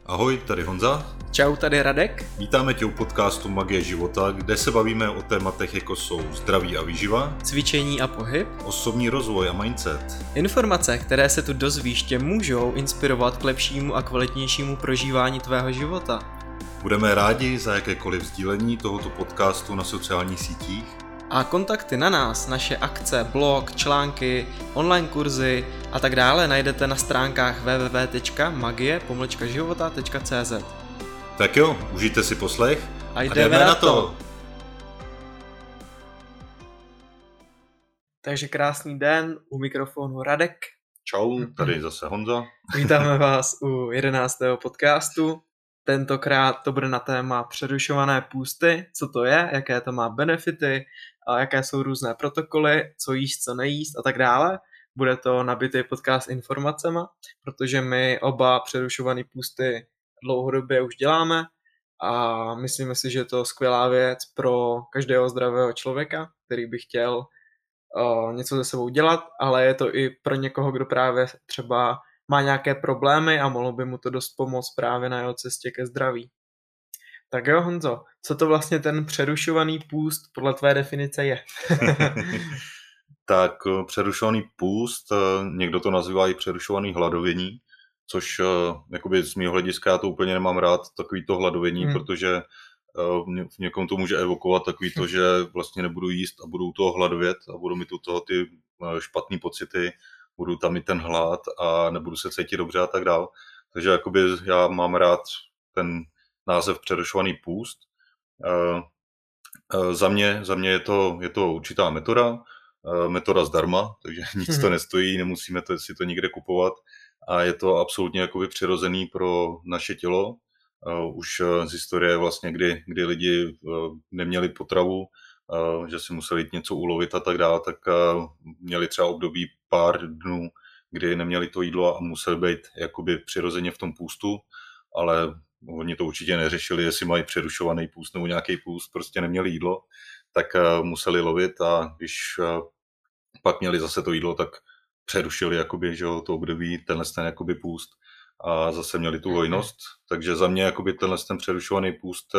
Ahoj, tady Honza. Čau, tady Radek. Vítáme tě u podcastu Magie života, kde se bavíme o tématech jako jsou zdraví a výživa, Cvičení a pohyb, osobní rozvoj a mindset. Informace, které se tu dozvíš, tě můžou inspirovat k lepšímu a kvalitnějšímu prožívání tvého života. Budeme rádi za jakékoliv sdílení tohoto podcastu na sociálních sítích. A kontakty na nás, naše akce, blog, články, online kurzy a tak dále najdete na stránkách www.magie-života.cz. Tak jo, užijte si poslech A jdeme na to! Takže krásný den, u mikrofonu Radek. Čau, tady zase Honza. Vítáme vás u 11. podcastu. Tentokrát to bude na téma přerušované půsty, co to je, jaké to má benefity, a jaké jsou různé protokoly, co jíst, co nejíst a tak dále. Bude to nabitý podcast informacema, protože my oba přerušované půsty dlouhodobě už děláme a myslíme si, že je to skvělá věc pro každého zdravého člověka, který by chtěl něco se sebou dělat, ale je to i pro někoho, kdo právě třeba má nějaké problémy a mohlo by mu to dost pomoct právě na jeho cestě ke zdraví. Tak jo, Honzo, co to vlastně ten přerušovaný půst podle tvé definice je? Tak přerušovaný půst, někdo to nazývá i přerušovaný hladovění, což jakoby z mého hlediska já to úplně nemám rád, takový to hladovění, protože v někom to může evokovat takový to, že vlastně nebudu jíst a budu u toho hladovět a budu mít u toho ty špatný pocity, budu tam mít ten hlad a nebudu se cítit dobře a tak dál. Takže jakoby já mám rád ten název přerušovaný půst. Za mě je to určitá metoda zdarma, takže nic to nestojí, nemusíme si to nikde kupovat a je to absolutně jakoby přirozený pro naše tělo. Už z historie vlastně, kdy lidi neměli potravu, že si museli jít něco ulovit a tak dále, tak měli třeba období pár dnů, kdy neměli to jídlo a museli být jakoby přirozeně v tom půstu, ale oni to určitě neřešili, jestli mají přerušovaný půst nebo nějaký půst, prostě neměli jídlo, tak museli lovit a když pak měli zase to jídlo, tak přerušili jakoby, že to období, ten jakoby půst a zase měli tu hojnost. Takže za mě jakoby ten přerušovaný půst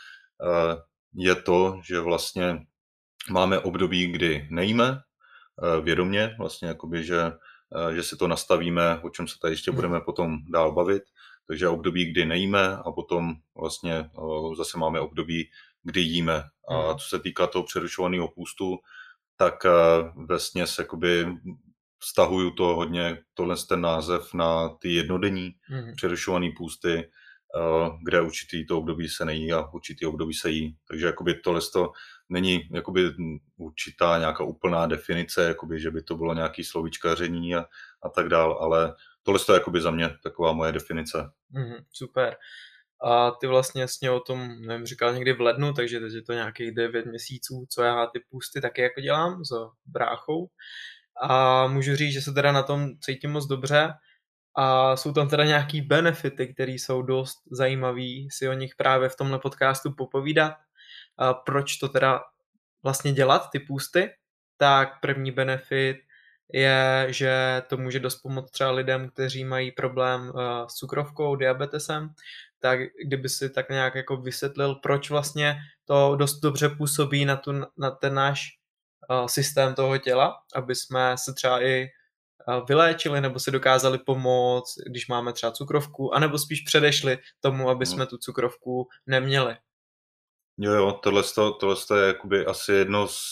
je to, že vlastně máme období, kdy nejíme vědomě, vlastně jakoby, že si to nastavíme, o čem se tady ještě budeme potom dál bavit. Takže období, kdy nejíme a potom vlastně zase máme období, kdy jíme. A co se týká toho přerušovaného půstu, tak vesměs jakoby vztahuju to hodně, ten název na ty jednodenní přerušované půsty, kde určitý to období se nejí a určitý období se jí. Takže jakoby tohle není jakoby určitá nějaká úplná definice, jakoby, že by to bylo nějaký slovíčkaření a tak dál, ale tohle je jakoby za mě taková moje definice. Super. A ty vlastně jsi o tom, nevím, říkal někdy v lednu, takže teď je to nějakých 9 měsíců, co já ty půsty taky jako dělám s bráchou. A můžu říct, že se teda na tom cítím moc dobře a jsou tam teda nějaký benefity, které jsou dost zajímavý si o nich právě v tomhle podcastu popovídat. A proč to teda vlastně dělat, ty půsty? Tak první benefit je, že to může dost pomoct třeba lidem, kteří mají problém s cukrovkou, diabetesem, tak kdyby si tak nějak jako vysvětlil, proč vlastně to dost dobře působí na ten náš systém toho těla, aby jsme se třeba i vyléčili nebo si dokázali pomoct, když máme třeba cukrovku, anebo spíš předešli tomu, aby jsme tu cukrovku neměli. Jo, tohle je jakoby asi jedno z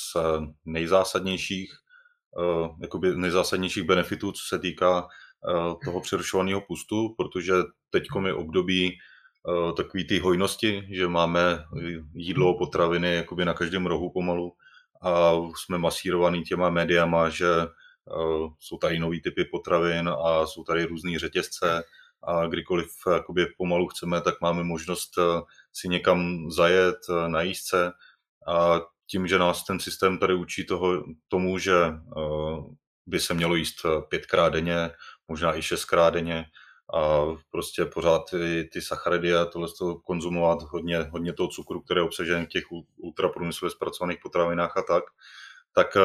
nejzásadnějších benefitů, co se týká toho přerušovaného půstu, protože teďko je období takový té hojnosti, že máme jídlo, potraviny jakoby na každém rohu pomalu a jsme masírovaný těma médiama, že jsou tady nový typy potravin a jsou tady různý řetězce a kdykoliv jakoby pomalu chceme, tak máme možnost si někam zajet, najíst se a tím, že nás ten systém tady učí tomu, že by se mělo jíst 5krát denně, možná i 6krát denně a prostě pořád ty sacharidy a tohle konzumovat hodně toho cukru, který je obsažen v těch ultraprůmyslově zpracovaných potravinách a tak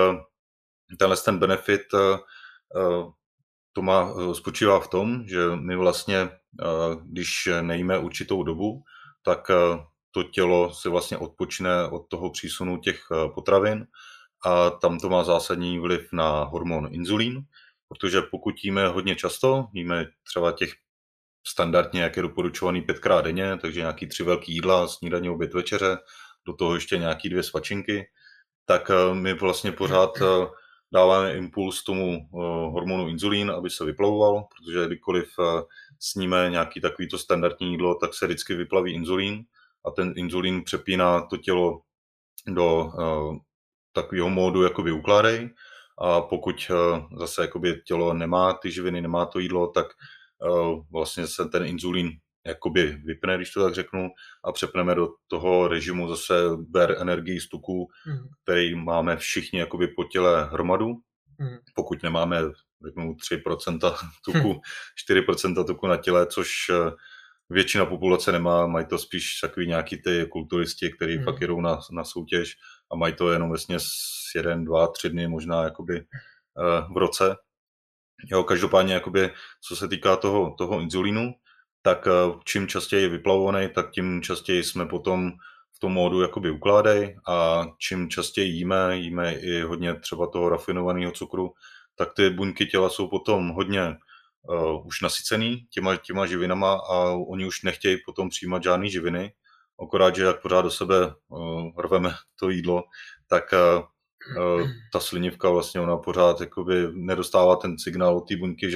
ten benefit to spočívá v tom, že my vlastně když nejíme určitou dobu, tak to tělo si vlastně odpočne od toho přísunu těch potravin a tam to má zásadní vliv na hormon inzulín, protože pokud jíme hodně často, jíme třeba těch standardně, jak je doporučovaný 5krát denně, takže nějaký 3 velký jídla, snídaně, oběd, večeře, do toho ještě nějaký 2 svačinky, tak my vlastně pořád dáváme impuls tomu hormonu inzulín, aby se vyplavoval, protože kdykoliv sníme nějaký takovýto standardní jídlo, tak se vždycky vyplaví inzulín a ten inzulín přepíná to tělo do takového módu jakoby ukládej a pokud zase jakoby tělo nemá ty živiny, nemá to jídlo, tak vlastně se ten inzulín jakoby vypne, když to tak řeknu, a přepneme do toho režimu zase ber energii z tuku, který máme všichni jakoby po těle hromadu. Pokud nemáme, řeknu, 3% tuku, 4% tuku na těle, což většina populace nemá, mají to spíš takový nějaký ty kulturisti, kteří fakt jedou na soutěž a mají to jenom vesměs 1, 2, 3 dny možná jakoby v roce. Jo, každopádně, jakoby, co se týká toho inzulínu, tak čím častěji je vyplavovaný, tak tím častěji jsme potom v tom módu jakoby ukládej a čím častěji jíme i hodně třeba toho rafinovaného cukru, tak ty buňky těla jsou potom hodně už nasycený těma živinama a oni už nechtějí potom přijímat žádný živiny, akorát, že jak pořád do sebe rveme to jídlo, tak ta slinivka vlastně ona pořád jakoby nedostává ten signál od té buňky,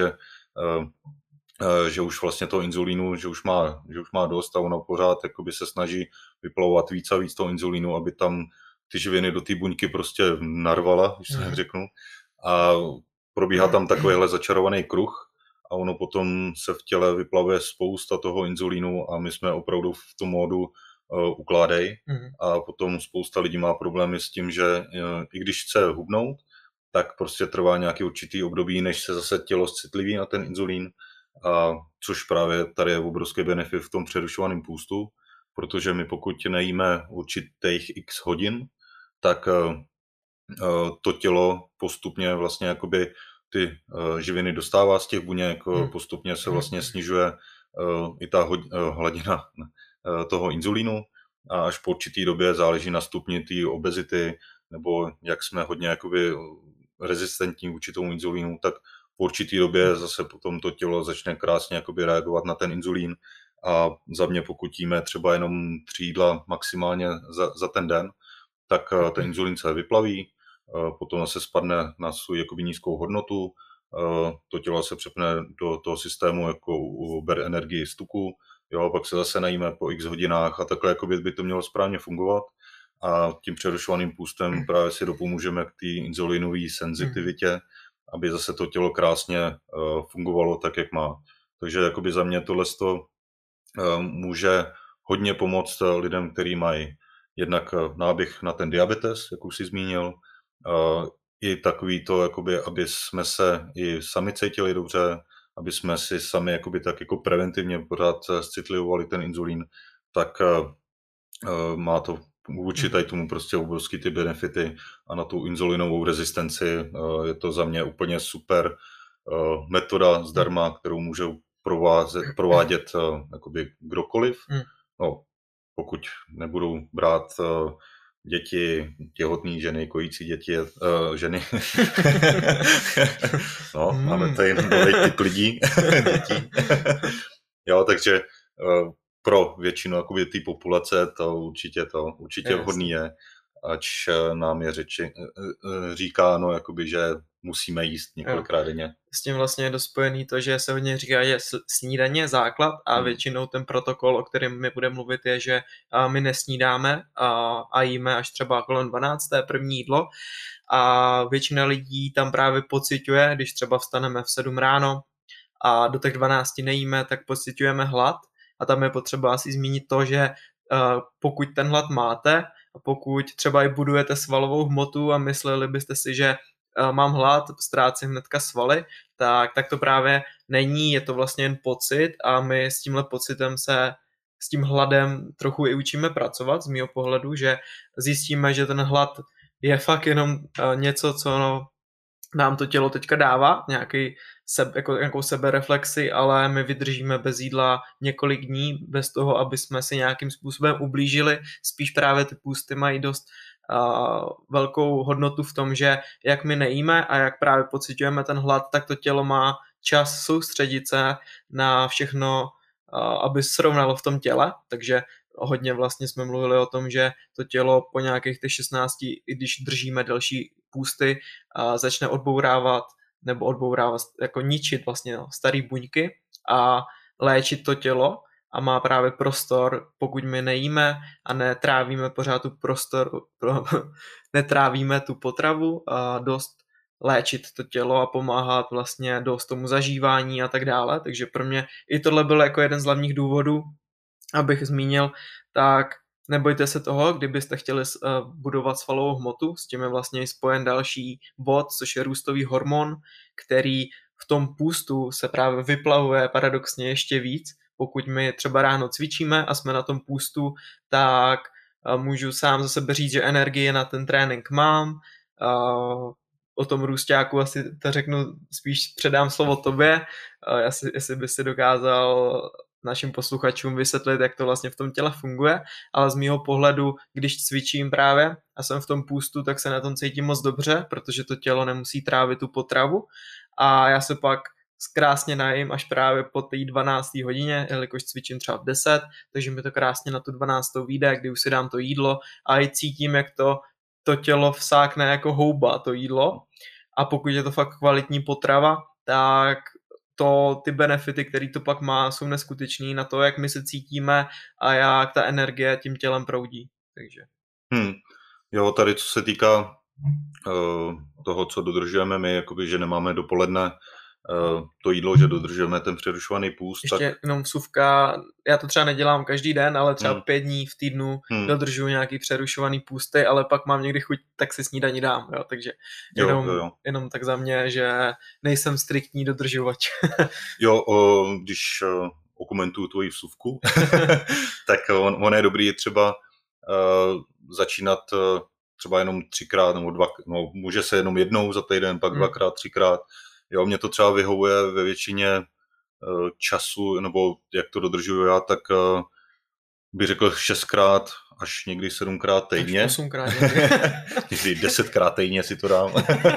že už vlastně toho inzulínu, že už má dost a ona pořád jakoby se snaží vyplavovat víc a víc toho inzulínu, aby tam ty živiny do té buňky prostě narvala, když to tak řeknu. A probíhá tam takovýhle začarovaný kruh a ono potom se v těle vyplavuje spousta toho inzulínu a my jsme opravdu v tom módu ukládej a potom spousta lidí má problémy s tím, že i když chce hubnout, tak prostě trvá nějaký určitý období, než se zase tělo citliví na ten inzulín, a což právě tady je obrovský benefit v tom přerušovaném půstu, protože my pokud nejíme určitých x hodin, tak to tělo postupně vlastně jakoby ty živiny dostává z těch buněk, postupně se vlastně snižuje i ta hladina toho inzulínu a až po určitý době záleží na stupni té obezity nebo jak jsme hodně jakoby rezistentní vůči tomu inzulínu, tak po určitý době zase potom to tělo začne krásně jakoby reagovat na ten inzulín a za mě pokud jíme třeba jenom 3 jídla maximálně za ten den, tak ten inzulín se vyplaví, potom zase spadne na svou jakoby nízkou hodnotu, to tělo se přepne do toho systému jako ber energii z tuku, jo, pak se zase najíme po x hodinách a takhle jakoby by to mělo správně fungovat a tím přerušovaným půstem právě si dopomůžeme k té inzulinové senzitivitě, aby zase to tělo krásně fungovalo tak, jak má. Takže jakoby za mě tohle může hodně pomoct lidem, kteří mají jednak náběh na ten diabetes, jak už jsi zmínil, i takový to, jakoby, aby jsme se i sami cítili dobře, aby jsme si sami jakoby, tak jako preventivně pořád citlivovali ten inzulín, tak má to vůči tady tomu prostě obrovský ty benefity a na tu inzulinovou rezistenci je to za mě úplně super metoda zdarma, kterou můžou provádět jakoby kdokoliv. No, pokud nebudou brát děti, těhotné ženy, kojící děti, ženy. No, máme tady nový typ lidí, dětí. Jo, takže pro většinu jakoby té populace to určitě vhodný je, ač nám je říká, no, jakoby, že musíme jíst několikrát denně. S tím vlastně je dost spojený to, že se hodně říká, že snídaně je základ a většinou ten protokol, o kterém my budeme mluvit, je, že my nesnídáme a jíme až třeba kolem 12. první jídlo a většina lidí tam právě pociťuje, když třeba vstaneme v 7 ráno a do těch 12 nejíme, tak pociťujeme hlad a tam je potřeba asi zmínit to, že pokud ten hlad máte a pokud třeba i budujete svalovou hmotu a mysleli byste si, že mám hlad, ztrácím hnedka svaly, tak to právě není, je to vlastně jen pocit a my s tímhle pocitem se s tím hladem trochu i učíme pracovat z mýho pohledu, že zjistíme, že ten hlad je fakt jenom něco, co nám to tělo teďka dává, nějaký jako nějakou sebereflexi, ale my vydržíme bez jídla několik dní, bez toho, aby jsme si nějakým způsobem ublížili. Spíš právě ty půsty mají dost velkou hodnotu v tom, že jak my nejíme a jak právě pociťujeme ten hlad, tak to tělo má čas soustředit se na všechno, aby srovnalo v tom těle, takže hodně vlastně jsme mluvili o tom, že to tělo po nějakých těch 16, i když držíme delší půsty, začne odbourávat jako ničit vlastně staré buňky a léčit to tělo a má právě prostor, pokud my nejíme a netrávíme pořád netrávíme tu potravu a dost léčit to tělo a pomáhat vlastně dost tomu zažívání a tak dále. Takže pro mě i tohle byl jako jeden z hlavních důvodů, abych zmínil, tak nebojte se toho, kdybyste chtěli budovat svalovou hmotu, s tím je vlastně spojen další bod, což je růstový hormon, který v tom půstu se právě vyplavuje paradoxně ještě víc. Pokud my třeba ráno cvičíme a jsme na tom půstu, tak můžu sám za sebe říct, že energie na ten trénink mám. O tom růsťáku asi to řeknu, spíš předám slovo tobě, jestli by si dokázal našim posluchačům vysvětlit, jak to vlastně v tom těle funguje, ale z mýho pohledu, když cvičím právě a jsem v tom půstu, tak se na tom cítím moc dobře, protože to tělo nemusí trávit tu potravu a já se pak krásně najím až právě po té 12. hodině, jelikož cvičím třeba v 10, takže mi to krásně na tu 12. vyjde, kdy už si dám to jídlo a i cítím, jak to tělo vsákne jako houba, to jídlo. A pokud je to fakt kvalitní potrava, tak ty benefity, které to pak má, jsou neskutečný na to, jak my se cítíme a jak ta energie tím tělem proudí. Takže. Jo, tady co se týká toho, co dodržujeme my, jakoby, že nemáme dopoledne to jídlo, že dodržujeme ten přerušovaný půst. Ještě tak jenom vsuvka, já to třeba nedělám každý den, ale třeba 5 dní v týdnu dodržuju nějaký přerušovaný půsty, ale pak mám někdy chuť, tak si snídani dám, jo, takže jenom tak za mě, že nejsem striktní dodržovač. Jo, když okomentuju tvoji vsuvku, tak on je dobrý třeba začínat třeba jenom 3krát nebo 2, může se jenom jednou za týden, pak 2krát, 3krát. Jo, mě to třeba vyhovuje ve většině času, nebo jak to dodržuju já, tak bych řekl 6krát až někdy 7krát týdně. 8krát někdy 10krát týdně si to dám.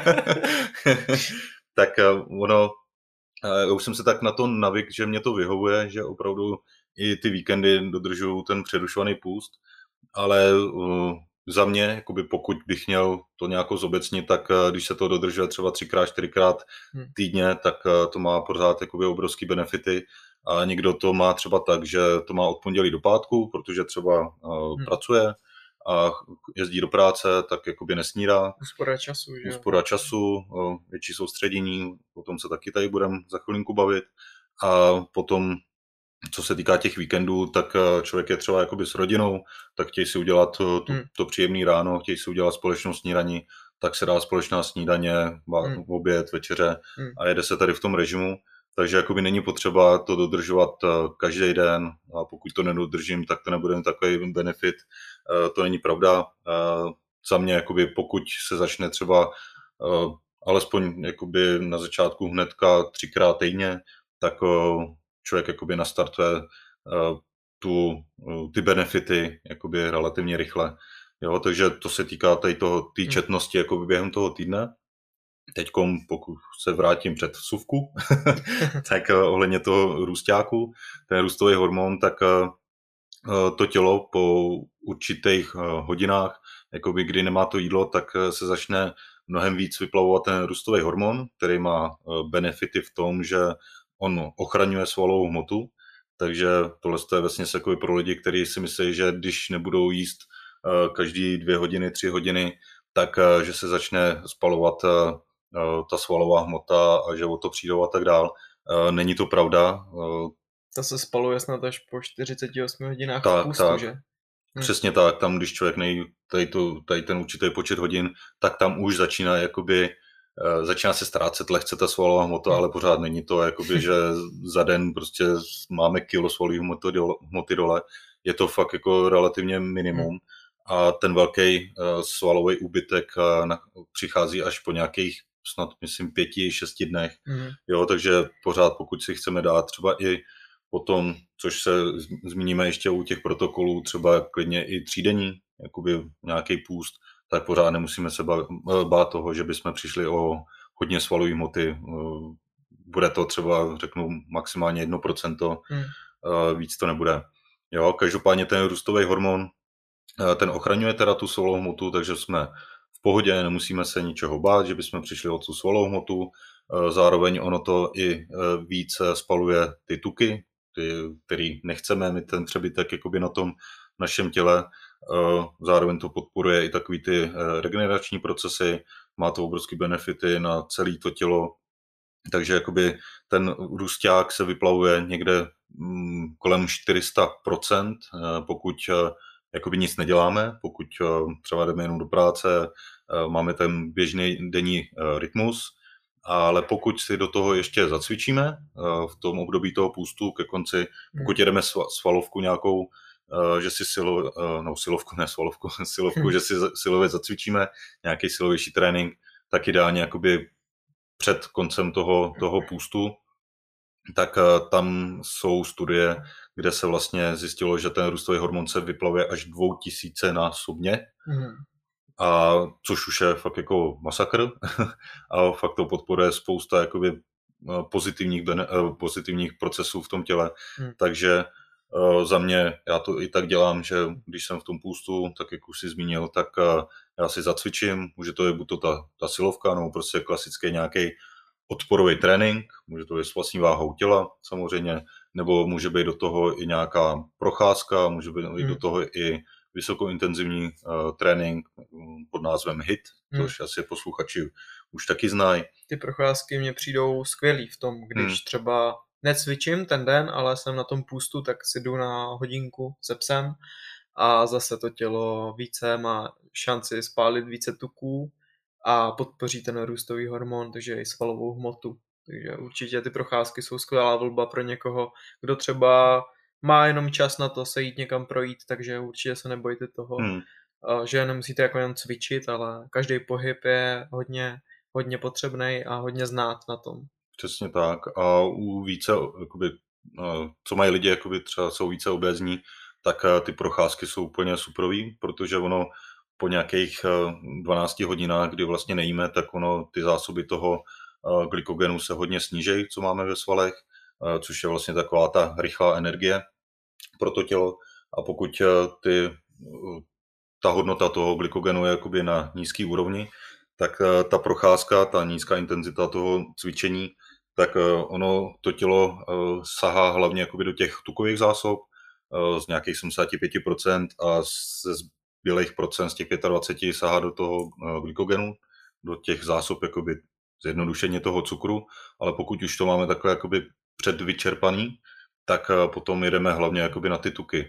Tak já už jsem se tak na to navyk, že mě to vyhovuje, že opravdu i ty víkendy dodržuju ten přerušovaný půst, ale za mě, jakoby pokud bych měl to nějak zobecnit, tak když se to dodržuje třeba 3krát, 4krát týdně, tak to má pořád jakoby obrovský benefity. A někdo to má třeba tak, že to má od pondělí do pátku, protože třeba pracuje a jezdí do práce, tak jakoby nesnídá. Úspora času, že? Úspora času, větší soustředění, o tom se taky tady budeme za chvilinku bavit. A potom co se týká těch víkendů, tak člověk je třeba jakoby s rodinou, tak chtějí si udělat to příjemné ráno, chtějí si udělat společnou snídani, tak se dá společná snídaně, oběd, večeře a jede se tady v tom režimu. Takže jakoby není potřeba to dodržovat každý den a pokud to nedodržím, tak to nebude takový benefit. To není pravda. Za mě, jakoby, pokud se začne třeba alespoň jakoby na začátku hnedka 3krát týdně, tak člověk jakoby nastartuje ty benefity jakoby relativně rychle. Jo, takže to se týká té četnosti jakoby během toho týdne. Teďkom, pokud se vrátím před vsuvku, tak ohledně toho růsťáku, ten růstový hormon, tak to tělo po určitých hodinách, jakoby kdy nemá to jídlo, tak se začne mnohem víc vyplavovat ten růstový hormon, který má benefity v tom, že on ochraňuje svalovou hmotu, takže tohle je vlastně jako pro lidi, kteří si myslí, že když nebudou jíst každý 2 hodiny, 3 hodiny, tak že se začne spalovat ta svalová hmota a že o to přijdou a tak dál. Není to pravda. To se spaluje snad až po 48 hodinách v půstu, že? Přesně tak, tam když člověk nejí tady ten určitý počet hodin, tak tam už začíná se ztrácet lehce ta svalová hmota, ale pořád není to, jakoby, že za den prostě máme kilo svalové hmoty dole. Je to fakt jako relativně minimum a ten velký svalový úbytek přichází až po nějakých snad myslím 5-6 dnech. Mhm. Jo, takže pořád pokud si chceme dát třeba i potom, což se zmíníme ještě u těch protokolů, třeba klidně i 3denní, jakoby nějaký půst, tak pořád nemusíme se bát toho, že bychom přišli o hodně svalové hmoty. Bude to třeba, řeknu, maximálně 1%, víc to nebude. Jo, každopádně ten růstový hormon, ten ochraňuje teda tu svalovou hmotu, takže jsme v pohodě, nemusíme se ničeho bát, že bychom přišli o tu svalovou hmotu. Zároveň ono to i více spaluje ty tuky, který nechceme mít ten přebytek jakoby na tom našem těle. Zároveň to podporuje i takový ty regenerační procesy, má to obrovské benefity na celé to tělo, takže jakoby ten růsták se vyplavuje někde kolem 400%, pokud jakoby nic neděláme, pokud třeba jdeme jenom do práce, máme ten běžný denní rytmus, ale pokud si do toho ještě zacvičíme v tom období toho půstu ke konci, pokud jedeme svalovku nějakou, že si silovku, ne svalovku, silovku, že si silově zacvičíme, nějaký silovější trénink, tak ideálně jakoby před koncem toho půstu, tak tam jsou studie, kde se vlastně zjistilo, že ten růstový hormon se vyplavuje až 2000násobně, a což už je fakt jako masakr a fakt to podporuje spousta jakoby pozitivních procesů v tom těle, takže za mě, já to i tak dělám, že když jsem v tom půstu, tak jak už si zmínil, tak já si zacvičím, může to být buď to ta silovka, nebo prostě klasický nějaký odporový trénink, může to být s vlastní váhou těla samozřejmě, nebo může být do toho i nějaká procházka, může být do toho i vysokointenzivní trénink pod názvem HIIT, což asi posluchači už taky znají. Ty procházky mně přijdou skvělý v tom, když třeba necvičím ten den, ale jsem na tom půstu, tak si jdu na hodinku se psem a zase to tělo více má šanci spálit více tuků a podpoří ten růstový hormon, takže i svalovou hmotu. Takže určitě ty procházky jsou skvělá volba pro někoho, kdo třeba má jenom čas na to se jít někam projít, takže určitě se nebojte toho, že nemusíte jako jen cvičit, ale každý pohyb je hodně potřebný a hodně znát na tom. Přesně tak. A u více, jakoby, co mají lidi, jakoby třeba jsou více obézní, tak ty procházky jsou úplně superový, protože ono po nějakých 12 hodinách, kdy vlastně nejíme, tak ono ty zásoby toho glykogenu se hodně snížejí, co máme ve svalech, což je vlastně taková ta rychlá energie pro to tělo. A pokud ta hodnota toho glykogenu je jakoby na nízký úrovni, tak ta procházka, ta nízká intenzita toho cvičení, tak ono to tělo sahá hlavně jakoby do těch tukových zásob z nějakých 75% a ze zbylých procent z těch 25 sahá do toho glykogenu, do těch zásob jakoby zjednodušeně toho cukru, ale pokud už to máme takhle jakoby předvyčerpaný, tak potom jedeme hlavně jakoby na ty tuky,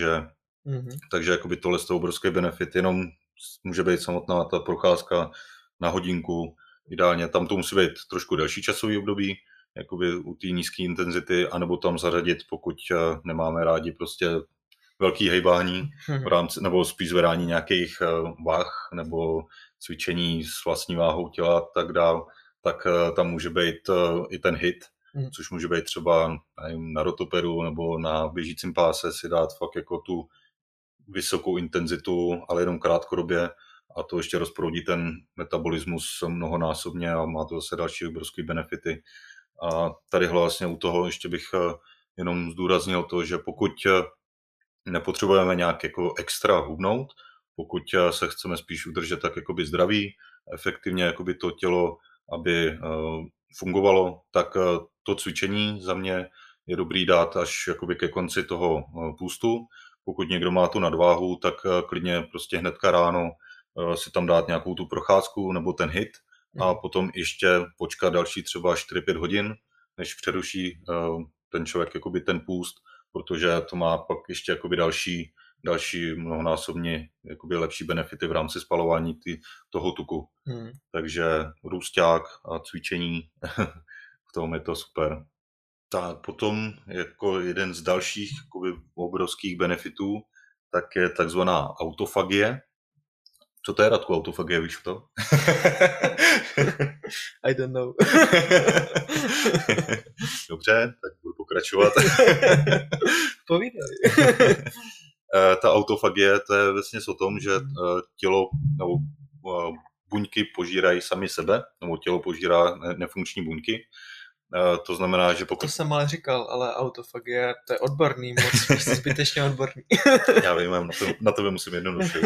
takže jakoby tohle je obrovský benefit, jenom může být samotná ta procházka na hodinku, ideálně tam to musí být trošku delší časový období, jakoby u té nízké intenzity, anebo tam zařadit, pokud nemáme rádi prostě velký hejbání v rámci, nebo spíš zvedání nějakých váh, nebo cvičení s vlastní váhou těla a tak dál, tak tam může být i ten HIIT, což může být třeba na rotoperu nebo na běžícím páse si dát fakt jako tu vysokou intenzitu, ale jenom krátkodobě, a to ještě rozproudí ten metabolismus mnohonásobně a má to zase další obrovské benefity. A tady vlastně u toho ještě bych jenom zdůraznil to, že pokud nepotřebujeme nějak jako extra hubnout, pokud se chceme spíš udržet tak jakoby zdraví, efektivně jakoby to tělo, aby fungovalo, tak to cvičení za mě je dobrý dát až jakoby ke konci toho půstu. Pokud někdo má tu nadváhu, tak klidně prostě hnedka ráno si tam dát nějakou tu procházku nebo ten HIIT a potom ještě počkat další třeba 4-5 hodin, než přeruší ten člověk jakoby ten půst, protože to má pak ještě jakoby další mnohonásobně jakoby lepší benefity v rámci spalování toho tuku. Takže růsták a cvičení, v tom je to super. Tak potom jako jeden z dalších jakoby obrovských benefitů tak je takzvaná autofagie, Co to je, Radku, autofagie, víš to? I don't know. Dobře, tak budu pokračovat. Povídej. Ta autofagie, to je vlastně o tom, že tělo nebo buňky požírají sami sebe, nebo tělo požírá nefunkční buňky. To znamená, že pokud... To jsem ale říkal, ale autofagie, to je odborný moc, zbytečně odborný. Já vím, na tebe musím jednoduše.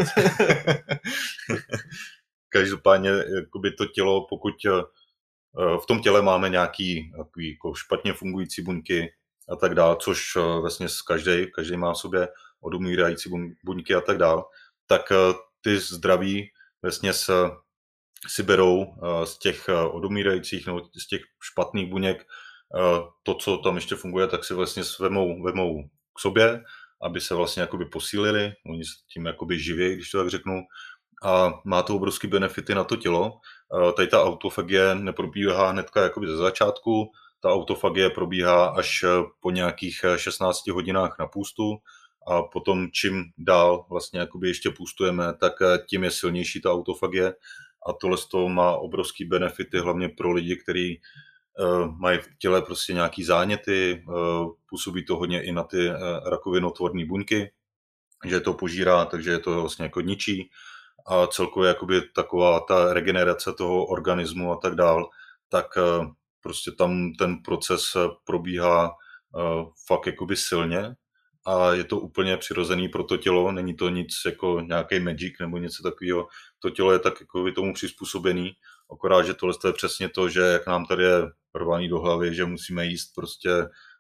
Každopádně jakoby to tělo, pokud v tom těle máme nějaký jako špatně fungující buňky a tak dále, což vlastně každý má v sobě odumírající buňky a tak dále, tak ty zdraví vlastně si berou z těch odumírajících nebo z těch špatných buněk to, co tam ještě funguje, tak si vlastně vemou k sobě, aby se vlastně jakoby posílili, oni se tím jakoby živí, když to tak řeknu, a má to obrovský benefity na to tělo. Tady ta autofagie neprobíhá hnedka jakoby ze začátku, ta autofagie probíhá až po nějakých 16 hodinách na půstu a potom čím dál vlastně jakoby ještě půstujeme, tak tím je silnější ta autofagie a tohle z toho má obrovský benefity hlavně pro lidi, kteří mají v těle prostě nějaký záněty, působí to hodně i na ty rakovinotvorné buňky, že to požírá, takže je to vlastně jako ničí a celkově jakoby taková ta regenerace toho organismu a tak dál, tak prostě tam ten proces probíhá fakt jakoby silně a je to úplně přirozený pro to tělo, není to nic jako nějaký magic nebo něco takového, to tělo je tak jako tomu přizpůsobený, akorát, že tohle je přesně to, že jak nám tady je rvaný do hlavy, že musíme jíst prostě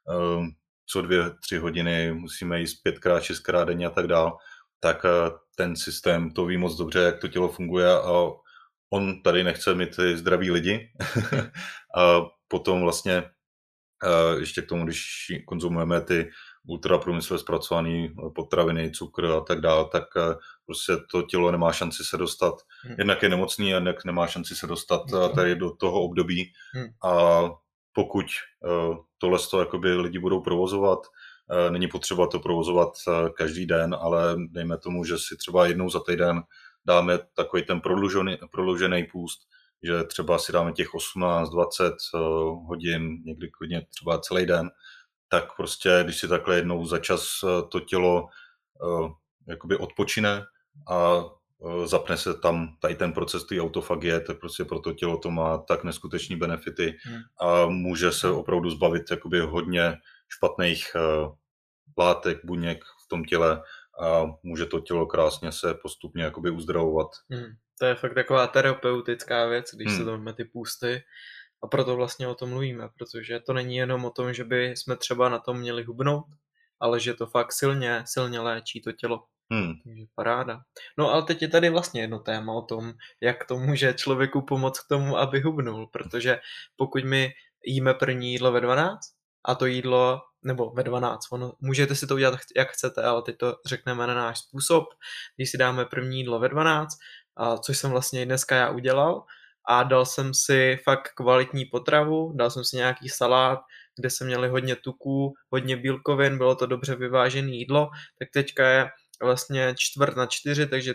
co 2-3 hodiny, musíme jíst 5x, 6x denně a tak dál, tak ten systém to ví moc dobře, jak to tělo funguje a on tady nechce mít ty zdraví lidi. A potom vlastně ještě k tomu, když konzumujeme ty ultraprůmyslově zpracované potraviny, cukr a tak dále, tak prostě to tělo nemá šanci se dostat. Jednak je nemocný, jednak nemá šanci se dostat tady do toho období. A pokud tohle jakoby lidi budou provozovat, není potřeba to provozovat každý den, ale dejme tomu, že si třeba jednou za týden dáme takový ten prodloužený půst, že třeba si dáme těch 18-20 hodin, někdy klidně třeba celý den, tak prostě, když si takhle jednou za čas to tělo jakoby odpočine a zapne se tam tady ten proces té autofagie, tak prostě pro to tělo to má tak neskutečný benefity a může se opravdu zbavit jakoby hodně špatných látek, buněk v tom těle a může to tělo krásně se postupně jakoby uzdravovat. To je fakt taková terapeutická věc, když se to máme ty půsty a proto vlastně o tom mluvíme, protože to není jenom o tom, že by jsme třeba na tom měli hubnout, ale že to fakt silně léčí to tělo. Takže paráda. No ale teď je tady vlastně jedno téma o tom, jak to může člověku pomoct k tomu, aby hubnul, protože pokud my jíme první jídlo ve 12 a to jídlo, nebo ve 12, můžete si to udělat jak chcete, ale teď to řekneme na náš způsob, když si dáme první jídlo ve 12, což jsem vlastně dneska já udělal, a dal jsem si fakt kvalitní potravu, dal jsem si nějaký salát, kde jsem měli hodně tuků, hodně bílkovin, bylo to dobře vyvážené jídlo, tak teďka je vlastně 3:45, takže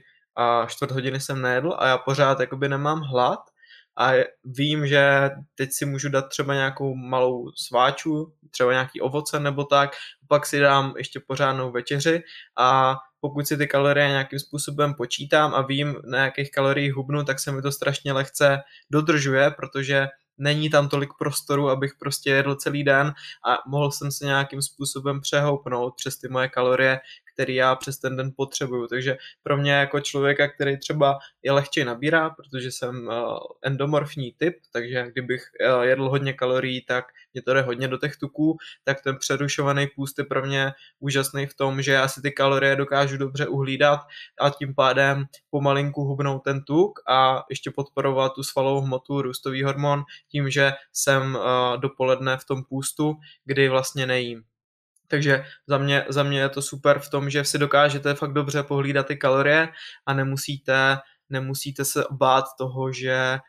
3 hodiny jsem nejedl a já pořád jakoby nemám hlad a vím, že teď si můžu dát třeba nějakou malou sváču, třeba nějaký ovoce nebo tak, pak si dám ještě pořádnou večeři a pokud si ty kalorie nějakým způsobem počítám a vím, na jakých kaloriích hubnu, tak se mi to strašně lehce dodržuje, protože není tam tolik prostoru, abych prostě jedl celý den a mohl jsem se nějakým způsobem přehoupnout přes ty moje kalorie, který já přes ten den potřebuju. Takže pro mě jako člověka, který třeba je lehčej nabírá, protože jsem endomorfní typ, takže kdybych jedl hodně kalorií, tak mě to jde hodně do těch tuků, tak ten přerušovaný půst je pro mě úžasný v tom, že já si ty kalorie dokážu dobře uhlídat a tím pádem pomalinku hubnout ten tuk a ještě podporovat tu svalovou hmotu, růstový hormon tím, že jsem dopoledne v tom půstu, kdy vlastně nejím. Takže za mě je to super v tom, že si dokážete fakt dobře pohlídat ty kalorie a nemusíte se bát toho, že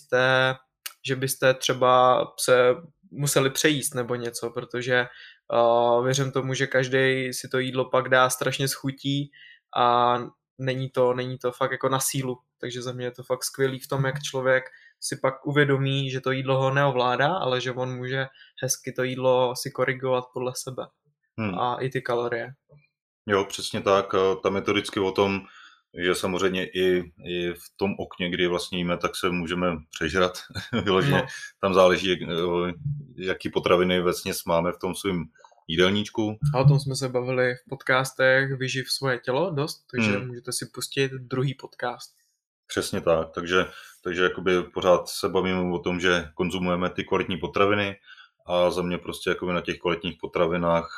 byste třeba se museli přejíst nebo něco, protože věřím tomu, že každý si to jídlo pak dá strašně schutí a není to fakt jako na sílu, takže za mě je to fakt skvělý v tom, jak člověk si pak uvědomí, že to jídlo ho neovládá, ale že on může hezky to jídlo si korigovat podle sebe. A i ty kalorie. Jo, přesně tak. Tam je to vždycky o tom, že samozřejmě i v tom okně, kdy vlastně jíme, tak se můžeme přežrat vyloženě. Tam záleží, jaký potraviny vlastně máme v tom svém jídelníčku. A o tom jsme se bavili v podcastech Vyživ svoje tělo dost, takže můžete si pustit druhý podcast. Přesně tak, takže jakoby pořád se bavíme o tom, že konzumujeme ty kvalitní potraviny a za mě prostě jakoby na těch kvalitních potravinách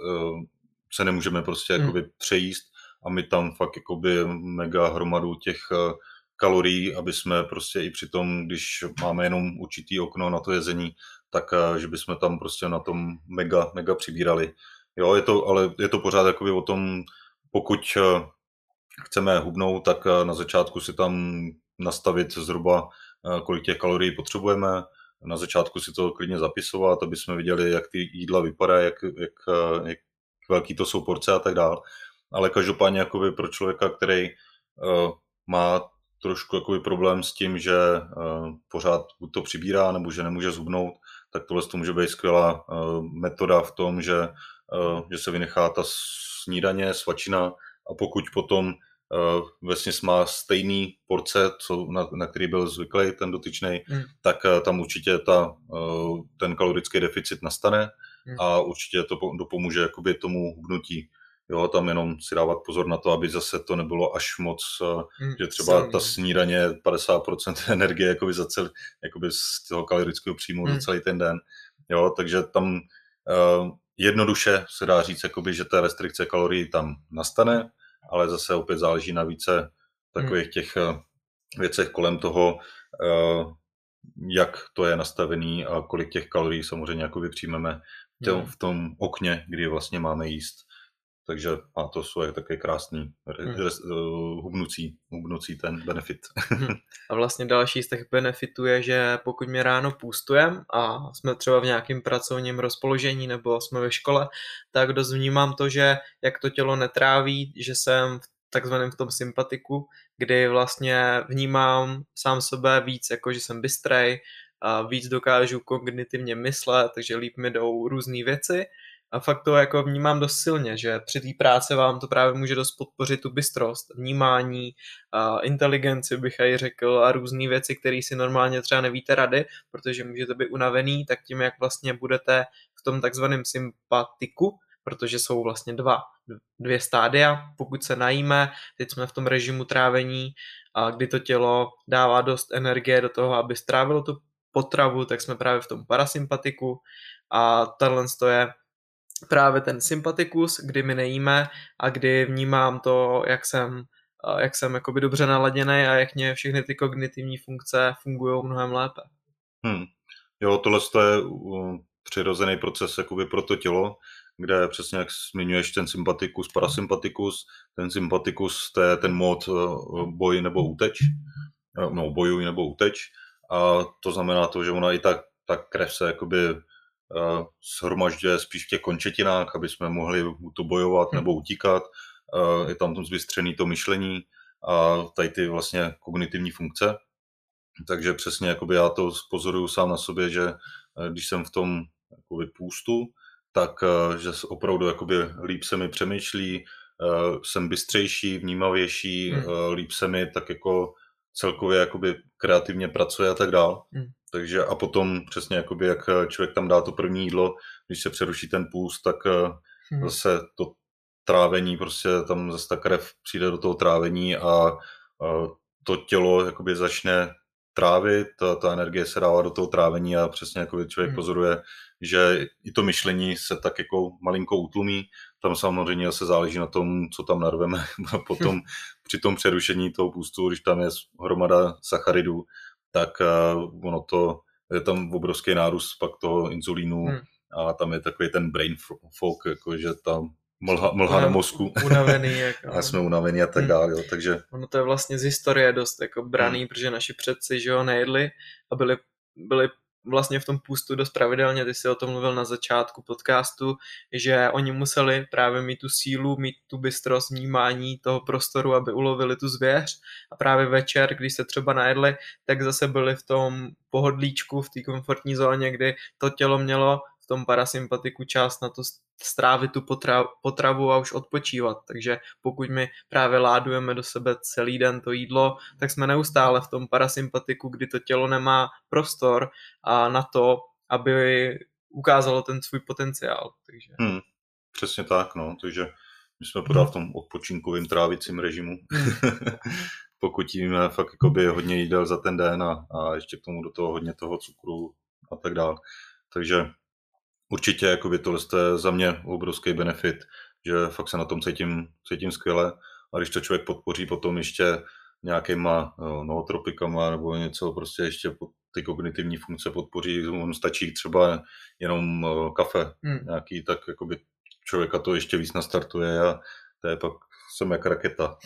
se nemůžeme prostě jakoby přejíst a my tam fakt jakoby mega hromadu těch kalorií, aby jsme prostě i při tom, když máme jenom určitý okno na to jezení, tak že bychom tam prostě na tom mega přibírali. Jo, ale je to pořád jakoby o tom, pokud chceme hubnout, tak na začátku si tam nastavit zhruba, kolik těch kalorií potřebujeme. Na začátku si to klidně zapisovat, aby jsme viděli, jak ty jídla vypadají, jak velký to jsou porce a tak dále. Ale každopádně jakoby pro člověka, který má trošku jakoby problém s tím, že pořád buď to přibírá, nebo že nemůže zhubnout, tak tohle to může být skvělá metoda v tom, že se vynechá ta snídaně, svačina a pokud potom vesměs má stejný porce, na který byl zvyklý ten dotyčnej, tak tam určitě ten kalorický deficit nastane a určitě to dopomůže jakoby tomu hubnutí. Jo, tam jenom si dávat pozor na to, aby zase to nebylo až moc, že třeba ta snídaně 50% energie jakoby jakoby z toho kalorického příjmu za celý ten den. Jo, takže tam jednoduše se dá říct, jakoby, že ta restrikce kalorií tam nastane, ale zase opět záleží na více takových těch věcech kolem toho, jak to je nastavený a kolik těch kalorií samozřejmě jakoby přijmeme v tom okně, kdy vlastně máme jíst. Takže má to svoje také krásný hubnucí ten benefit. A vlastně další z těch benefitů je, že pokud mě ráno půstujem a jsme třeba v nějakém pracovním rozpoložení nebo jsme ve škole, tak dost vnímám to, že jak to tělo netráví, že jsem takzvaným v tom sympatiku, kdy vlastně vnímám sám sebe víc, jako že jsem bystrej, a víc dokážu kognitivně myslet, takže líp mi jdou různé věci. A fakt to jako vnímám dost silně, že při té práci vám to právě může dost podpořit tu bystrost, vnímání, inteligenci bych aj řekl a různé věci, které si normálně třeba nevíte rady, protože můžete být unavený, tak tím, jak vlastně budete v tom takzvaném sympatiku, protože jsou vlastně dvě stádia, pokud se najíme, teď jsme v tom režimu trávení, a kdy to tělo dává dost energie do toho, aby strávilo tu potravu, tak jsme právě v tom parasympatiku a tohle je právě ten sympatikus, kdy my nejíme a kdy vnímám to, jak jsem jakoby dobře naladěný a jak mě všechny ty kognitivní funkce fungují mnohem lépe. Jo, tohle je přirozený proces jakoby pro to tělo, kde přesně jak zmiňuješ ten sympatikus, parasympatikus, ten sympatikus, to je ten mód boj nebo úteč, no bojuj nebo úteč a to znamená to, že ona i ta krev se jakoby shromažďuje spíš v těch končetinách, aby jsme mohli to bojovat nebo utíkat. Je tam zbystřený to myšlení a tady ty vlastně kognitivní funkce. Takže přesně jakoby já to pozoruju sám na sobě, že když jsem v tom jakoby půstu, tak že opravdu jakoby líp se mi přemýšlí, jsem bystřejší, vnímavější, líp se mi tak jako celkově jakoby kreativně pracuje a tak dál. Takže a potom přesně jakoby jak člověk tam dá to první jídlo, když se přeruší ten půst, tak zase to trávení, prostě tam zase ta krev přijde do toho trávení a to tělo jakoby začne trávit, ta energie se dává do toho trávení a přesně jakoby člověk pozoruje, že i to myšlení se tak jako malinko utlumí. Tam samozřejmě zase záleží na tom, co tam narveme potom při tom přerušení toho půstu, když tam je hromada sacharidů, tak ono to je tam obrovský nárůst pak toho inzulínu a tam je takový ten brain fog, jako že tam mlha na mozku. Unavený. Jako. A jsme unavený a tak dále. Takže... Ono to je vlastně z historie dost jako braný, protože naši předci, že ho nejedli a byli vlastně v tom půstu dost pravidelně, ty jsi o tom mluvil na začátku podcastu, že oni museli právě mít tu sílu, mít tu bystrost vnímání toho prostoru, aby ulovili tu zvěř a právě večer, když se třeba najedli, tak zase byli v tom pohodlíčku, v té komfortní zóně, kdy to tělo mělo v tom parasympatiku čas na to strávit tu potravu a už odpočívat. Takže pokud my právě ládujeme do sebe celý den to jídlo, tak jsme neustále v tom parasympatiku, kdy to tělo nemá prostor a na to, aby ukázalo ten svůj potenciál. Takže. Přesně tak, no. Takže my jsme podal v tom odpočinkovém trávicím režimu. Pokud jíme fakt jakoby hodně jídel za ten den a ještě k tomu do toho hodně toho cukru a tak dále. Takže určitě jakoby tohle je za mě obrovský benefit, že fakt se na tom cítím skvěle. A když to člověk podpoří potom ještě nějakýma nootropikama nebo něco prostě ještě ty kognitivní funkce podpoří, on stačí třeba jenom kafe nějaký, tak jakoby člověka to ještě víc nastartuje a to je pak jsem jak raketa.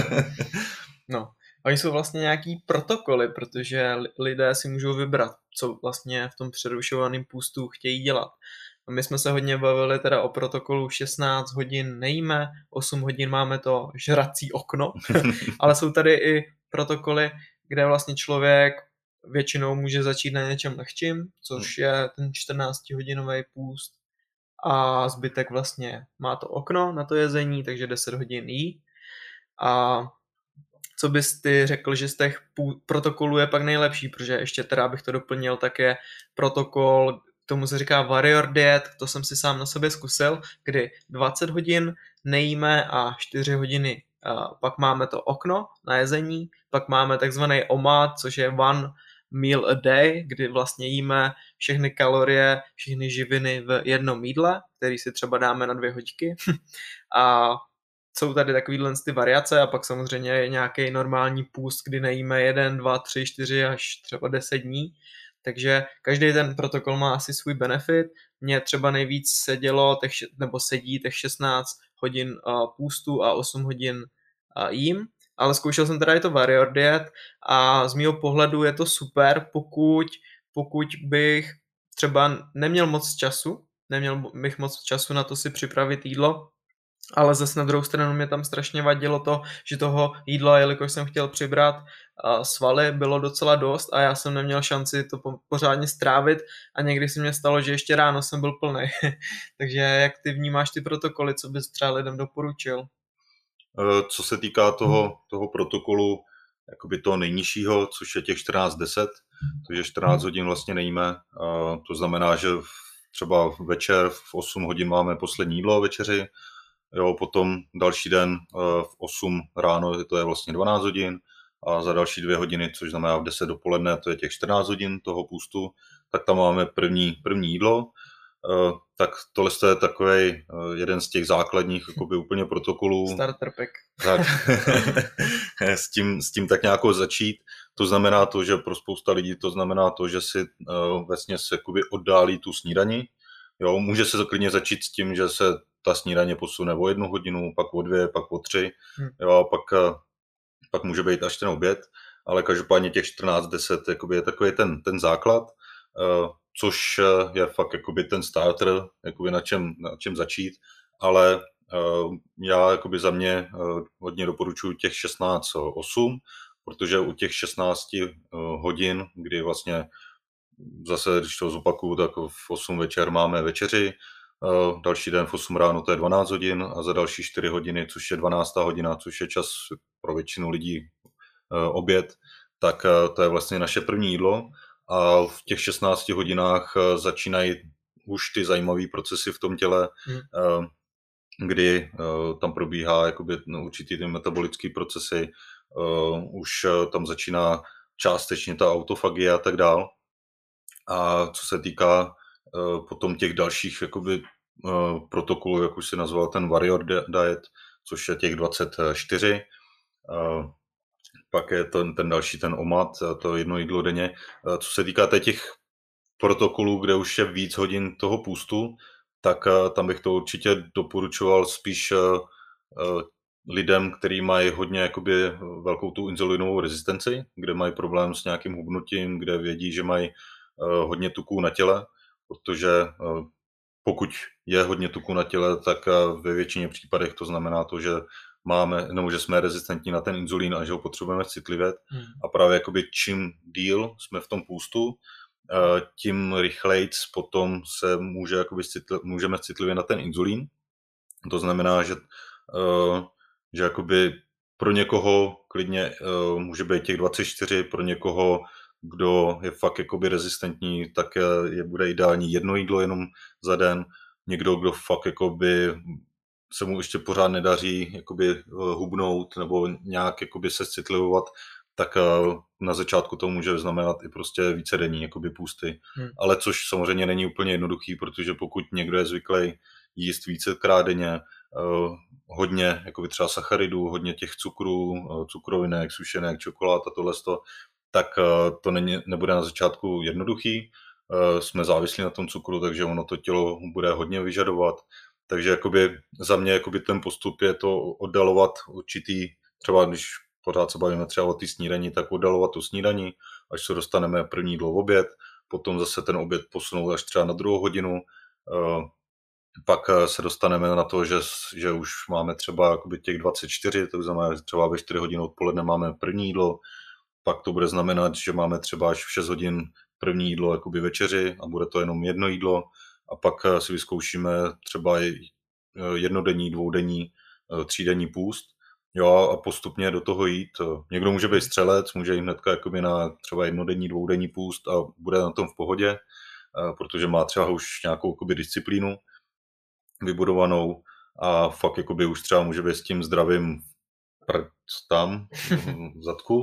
No, oni jsou vlastně nějaký protokoly, protože lidé si můžou vybrat, co vlastně v tom přerušovaném půstu chtějí dělat. A my jsme se hodně bavili teda o protokolu 16 hodin nejíme, 8 hodin máme to žrací okno, ale jsou tady i protokoly, kde vlastně člověk většinou může začít na něčem lehčím, což je ten 14-hodinový půst a zbytek vlastně má to okno na to jezení, takže 10 hodin jí. A co bys ty řekl, že z těch protokolů je pak nejlepší, protože ještě teda bych to doplnil, tak je protokol, tomu se říká warrior diet, to jsem si sám na sobě zkusil, kdy 20 hodin nejíme a 4 hodiny pak máme to okno na jezení, pak máme takzvaný OMAD, což je one meal a day, kdy vlastně jíme všechny kalorie, všechny živiny v jednom jídle, který si třeba dáme na 2 hoďky a jsou tady takovýhle ty variace a pak samozřejmě je nějaký normální půst, kdy nejíme 1, 2, 3, 4 až třeba 10 dní. Takže každý ten protokol má asi svůj benefit. Mně třeba nejvíc sedí těch 16 hodin půstu a 8 hodin jím, ale zkoušel jsem teda i to warrior diet a z mýho pohledu je to super, pokud bych třeba neměl moc času na to si připravit jídlo, ale zase na druhou stranu mě tam strašně vadilo to, že toho jídla, jelikož jsem chtěl přibrat svaly, bylo docela dost a já jsem neměl šanci to pořádně strávit a někdy se mě stalo, že ještě ráno jsem byl plný. Takže jak ty vnímáš ty protokoly, co bys třeba lidem doporučil? Co se týká toho protokolu, jakoby toho nejnižšího, což je těch 14-10, takže 14 hodin vlastně nejíme. To znamená, že třeba večer v 8 hodin máme poslední jídlo večeři, jo, potom další den v 8 ráno, to je vlastně 12 hodin a za další 2 hodiny, což znamená v 10 dopoledne, to je těch 14 hodin toho půstu, tak tam máme první jídlo. Tak tohle je takový jeden z těch základních jakoby úplně protokolů. Starter pack. Tak, s tím tak nějak začít. To znamená to, že pro spousta lidí to znamená to, že si vlastně se jakoby oddálí tu snídani. Jo, může se klidně začít s tím, že se ta snídaně posune o 1 hodinu, pak o 2, pak o 3, jo, a pak může být až ten oběd, ale každopádně těch 14-10 jakoby je takový ten základ, což je fakt jakoby ten starter, jakoby na čem začít, ale já jakoby za mě hodně doporučuji těch 16-8, protože u těch 16 hodin, kdy vlastně zase, když to zopakuju, tak v 8 večer máme večeři, další den v 8 ráno to je 12 hodin a za další 4 hodiny, což je 12. hodina, což je čas pro většinu lidí oběd, tak to je vlastně naše první jídlo a v těch 16 hodinách začínají už ty zajímavé procesy v tom těle, kdy tam probíhá jakoby určitý ty metabolické procesy, už tam začíná částečně ta autofagie a tak dál. A co se týká potom těch dalších jakoby protokolů, jak už si nazval ten warrior diet, což je těch 24, pak je ten další, ten OMAD, to jedno jídlo denně. Co se týká těch protokolů, kde už je víc hodin toho půstu, tak tam bych to určitě doporučoval spíš lidem, kteří mají hodně jakoby velkou tu inzulinovou rezistenci, kde mají problém s nějakým hubnutím, kde vědí, že mají hodně tuků na těle, protože pokud je hodně tuku na těle, tak ve většině případech to znamená to, že že jsme rezistentní na ten inzulín a že ho potřebujeme citlivět. A právě jakoby čím díl jsme v tom půstu, tím rychlejc potom se můžeme citlivě na ten inzulín. To znamená, že jakoby pro někoho klidně může být těch 24, pro někoho, kdo je fakt jakoby rezistentní, tak bude ideální jedno jídlo jenom za den. Někdo, kdo fakt jakoby se mu ještě pořád nedaří jakoby hubnout nebo nějak jakoby se citlivovat, tak na začátku to může znamenat i prostě vícedenní jakoby půsty. Ale což samozřejmě není úplně jednoduchý, protože pokud někdo je zvyklý jíst vícekrát denně, hodně jakoby třeba sacharidů, hodně těch cukrů, cukrovinek, sušenek, čokolád a tohleto, tak to nebude na začátku jednoduchý. Jsme závislí na tom cukru, takže ono to tělo bude hodně vyžadovat. Takže jakoby za mě jakoby ten postup je to oddalovat určitý, třeba když pořád se bavíme třeba o té snídani, tak oddalovat tu snídani, až se dostaneme první jídlo v oběd, potom zase ten oběd posunout až třeba na 2 hodinu, pak se dostaneme na to, že už máme třeba jakoby těch 24, to znamená, že třeba ve 4 hodiny odpoledne máme první jídlo, pak to bude znamenat, že máme třeba až v 6 hodin první jídlo jakoby večeři a bude to jenom jedno jídlo a pak si vyzkoušíme třeba jednodenní, dvoudenní, třídenní půst. Jo, a postupně do toho jít. Někdo může být střelec, může jít hnedka jakoby na třeba jednodenní, dvoudenní půst a bude na tom v pohodě, protože má třeba už nějakou jakoby disciplínu vybudovanou a fakt jakoby už třeba může být s tím zdravým tam v zadku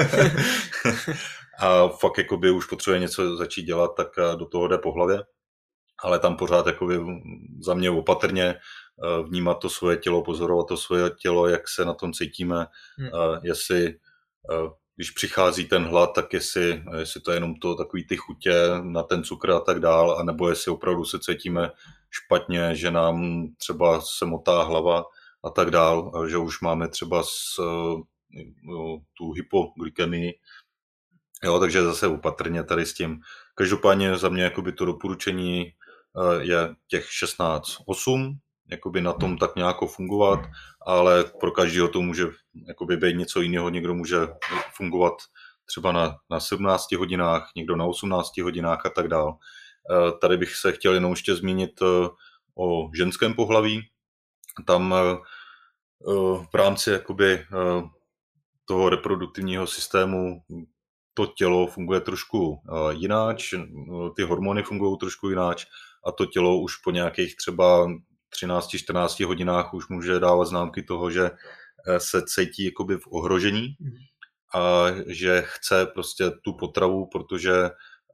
a fakt jakoby už potřebuje něco začít dělat, tak do toho jde po hlavě, ale tam pořád jakoby za mě opatrně vnímat to svoje tělo, pozorovat to svoje tělo, jak se na tom cítíme, jestli když přichází ten hlad, tak jestli to je jenom to takový ty chutě na ten cukr a tak dál, anebo jestli opravdu se cítíme špatně, že nám třeba se motá hlava a tak dál, že už máme třeba tu hypoglykemii. Jo, takže zase opatrně tady s tím. Každopádně za mě jakoby to doporučení je těch 16-8, jakoby na tom tak nějak fungovat, ale pro každého to může jakoby být něco jiného. Někdo může fungovat třeba na 17 hodinách, někdo na 18 hodinách a tak dál. Tady bych se chtěl jenom ještě zmínit o ženském pohlaví. Tam v rámci jakoby toho reproduktivního systému to tělo funguje trošku jináč, ty hormony fungují trošku jináč a to tělo už po nějakých třeba 13-14 hodinách už může dávat známky toho, že se cítí jakoby v ohrožení a že chce prostě tu potravu, protože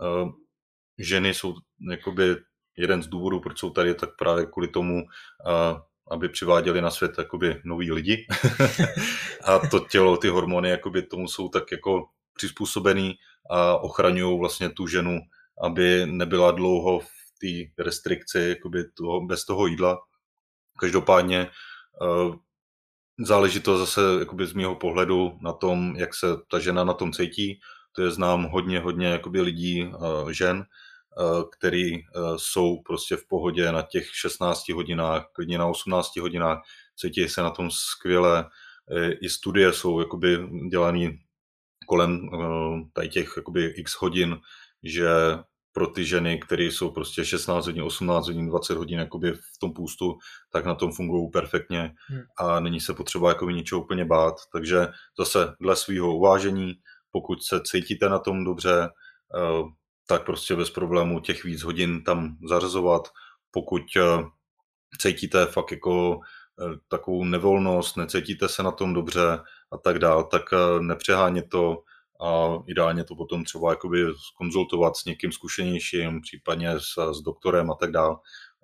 ženy jsou jakoby jeden z důvodů, proč jsou tady, tak právě kvůli tomu, aby přiváděli na svět jakoby nový lidi. A to tělo, ty hormony jakoby tomu jsou tak jako přizpůsobený a ochraňují vlastně tu ženu, aby nebyla dlouho v té restrikci jakoby bez toho jídla. Každopádně záleží to zase jakoby z mého pohledu na tom, jak se ta žena na tom cítí. To je znám hodně jakoby lidí, žen, který jsou prostě v pohodě na těch 16 hodinách, klidně na 18 hodinách, cítí se na tom skvěle. I studie jsou jakoby dělané kolem tady těch jakoby x hodin, že pro ty ženy, které jsou prostě 16 hodin, 18 hodin, 20 hodin jakoby v tom půstu, tak na tom fungují perfektně a není se potřeba jakoby ničeho úplně bát. Takže zase dle svého uvážení, pokud se cítíte na tom dobře, tak prostě bez problému těch víc hodin tam zařazovat. Pokud cítíte fakt jako takovou nevolnost, necítíte se na tom dobře a tak dál, tak nepřehánět to a ideálně to potom třeba jakoby konzultovat s někým zkušenějším, případně s doktorem a tak dál,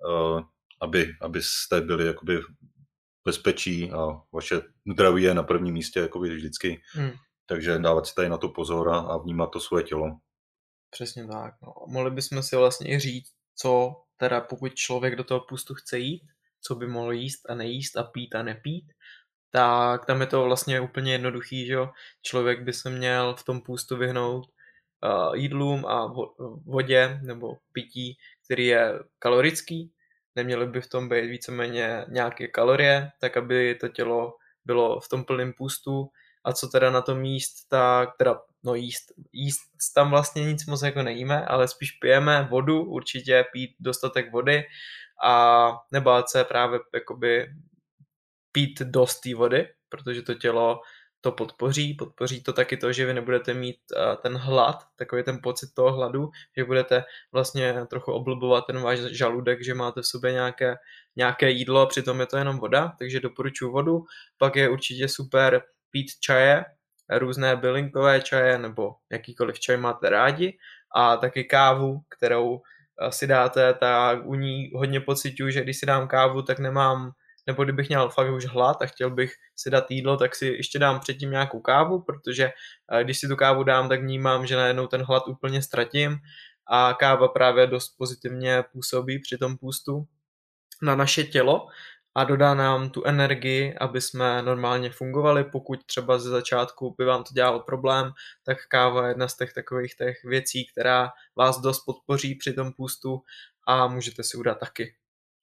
abyste byli jakoby bezpečí a vaše zdraví je na prvním místě jakoby vždycky. Takže dávat si tady na to pozor a vnímat to svoje tělo. Přesně tak. No. Mohli bychom si vlastně i říct, co teda pokud člověk do toho půstu chce jít, co by mohl jíst a nejíst a pít a nepít, tak tam je to vlastně úplně jednoduchý, že jo. Člověk by se měl v tom půstu vyhnout jídlům a vodě nebo pití, který je kalorický. Neměly by v tom být víceméně nějaké kalorie, tak aby to tělo bylo v tom plném půstu. A co teda na tom jíst, tak teda no jíst tam vlastně nic moc jako nejíme, ale spíš pijeme vodu, určitě pít dostatek vody a nebát se právě jakoby pít dost té vody, protože to tělo to podpoří to taky to, že vy nebudete mít ten hlad, takový ten pocit toho hladu, že budete vlastně trochu oblbovat ten váš žaludek, že máte v sobě nějaké jídlo, přitom je to jenom voda, takže doporučuji vodu. Pak je určitě super pít čaje, různé bylinkové čaje nebo jakýkoliv čaj máte rádi a taky kávu, kterou si dáte, tak u ní hodně pociťuji, že když si dám kávu, tak nemám, nebo kdybych měl fakt už hlad a chtěl bych si dát jídlo, tak si ještě dám předtím nějakou kávu, protože když si tu kávu dám, tak vnímám, že najednou ten hlad úplně ztratím a káva právě dost pozitivně působí při tom půstu na naše tělo a dodá nám tu energii, aby jsme normálně fungovali. Pokud třeba ze začátku by vám to dělalo problém, tak káva je jedna z těch věcí, která vás dost podpoří při tom půstu a můžete si udat taky.